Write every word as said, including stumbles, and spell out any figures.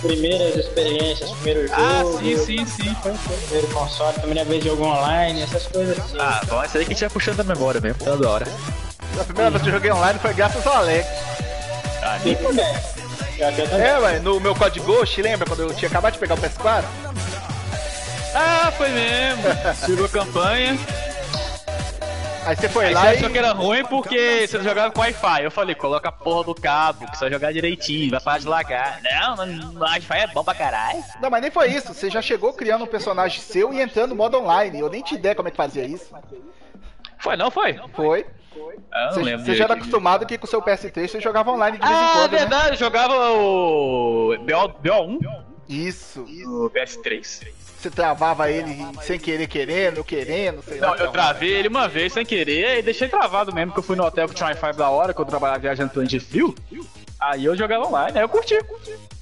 primeiras experiências, primeiro jogo. Ah, sim, sim, sim. Foi, foi. Primeiro console, primeira vez jogo online, essas coisas assim. Ah, bom, isso aí que a gente vai puxando da memória mesmo, toda hora. A primeira vez que eu joguei online foi graças ao Alex. Ah, Sim, também. Já que eu também. É, ué, no meu código Ghost, lembra quando eu tinha acabado de pegar o P S quatro? ah foi mesmo. Jogou campanha. Aí você foi Aí lá você e... achou que era ruim porque você jogava com Wi-Fi. Eu falei, coloca a porra do cabo, que você vai jogar direitinho, vai parar de lagar. Não, não, Wi-Fi é bom pra caralho. Não, mas nem foi isso. Você já chegou criando um personagem seu e entrando no modo online. Eu nem tinha ideia como é que fazia isso. Foi, não foi? Foi. Ah, não Você, lembro. você já era direito. acostumado que com o seu P S três você jogava online de vez em Ah, quando, é verdade, eu jogava o B O um né? Isso. no P S três. Você travava ele sem querer, querendo, querendo, sei lá. Não, eu travei ele uma vez sem querer e deixei travado mesmo, porque eu fui no hotel que tinha Wi-Fi da hora, que eu trabalhava viajando plano de frio. Aí eu jogava online, aí eu curti, curti.